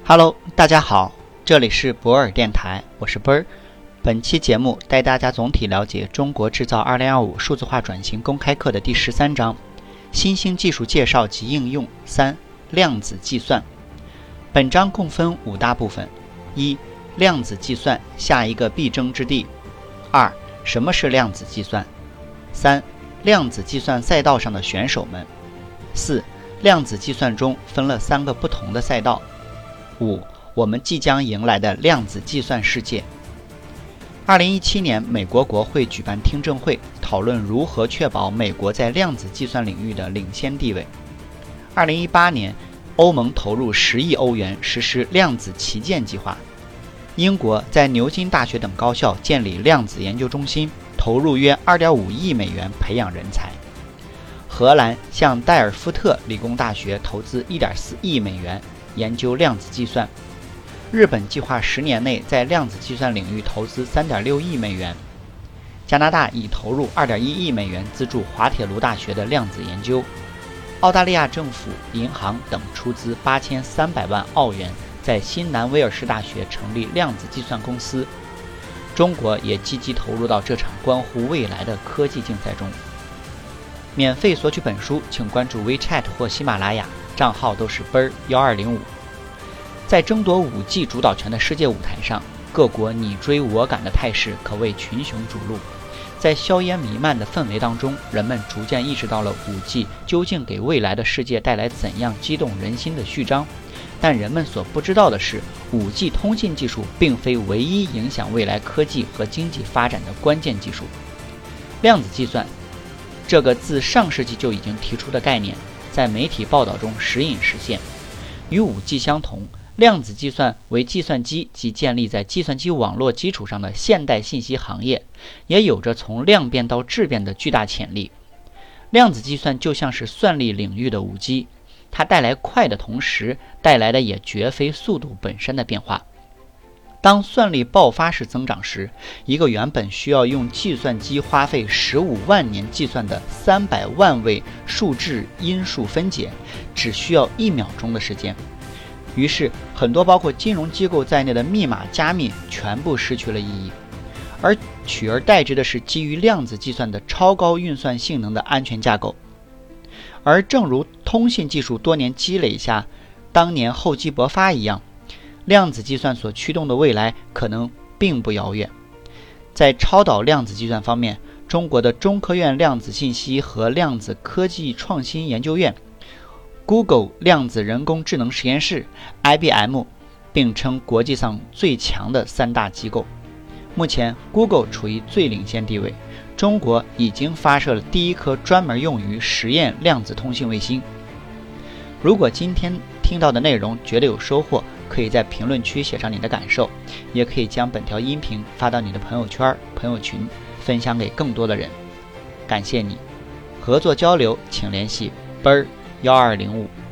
Hello， 大家好，这里是博尔电台，我是波儿。本期节目带大家总体了解中国制造2025数字化转型公开课的第13章，新兴技术介绍及应用3，量子计算。本章共分5大部分：一、量子计算下一个必争之地；二、什么是量子计算；三、量子计算赛道上的选手们；四、量子计算中分了3个不同的赛道；五、我们即将迎来的量子计算世界。2017年，美国国会举办听证会，讨论如何确保美国在量子计算领域的领先地位。2018年，欧盟投入10亿欧元实施量子旗舰计划。英国在牛津大学等高校建立量子研究中心，投入约2.5亿美元培养人才。荷兰向代尔夫特理工大学投资1.4亿美元研究量子计算。日本计划10年内在量子计算领域投资3.6亿美元。加拿大已投入2.1亿美元资助滑铁卢大学的量子研究。澳大利亚政府、银行等出资8300万澳元，在新南威尔士大学成立量子计算公司。中国也积极投入到这场关乎未来的科技竞赛中。免费索取本书，请关注 WeChat 或喜马拉雅，账号都是BER1205。在争夺5G 主导权的世界舞台上，各国你追我赶的态势可谓群雄逐鹿。在硝烟弥漫的氛围当中，人们逐渐意识到了 5G 究竟给未来的世界带来怎样激动人心的序章。但人们所不知道的是， 5G 通信技术并非唯一影响未来科技和经济发展的关键技术。量子计算这个自上世纪就已经提出的概念，在媒体报道中时隐时现。与 5G 相同，量子计算为计算机及建立在计算机网络基础上的现代信息行业，也有着从量变到质变的巨大潜力。量子计算就像是算力领域的5G，它带来快的同时，带来的也绝非速度本身的变化。当算力爆发式增长时，一个原本需要用计算机花费15万年计算的300万位数质因数分解，只需要1秒钟的时间。于是，很多包括金融机构在内的密码加密全部失去了意义，而取而代之的是基于量子计算的超高运算性能的安全架构。而正如通信技术多年积累下当年厚积薄发一样，量子计算所驱动的未来可能并不遥远。在超导量子计算方面，中国的中科院量子信息和量子科技创新研究院、Google 量子人工智能实验室、IBM 并称国际上最强的3大机构。目前 Google 处于最领先地位，中国已经发射了第一颗专门用于实验量子通信卫星。如果今天听到的内容觉得有收获，可以在评论区写上你的感受，也可以将本条音频发到你的朋友圈、朋友群，分享给更多的人。感谢你，合作交流请联系BER1205。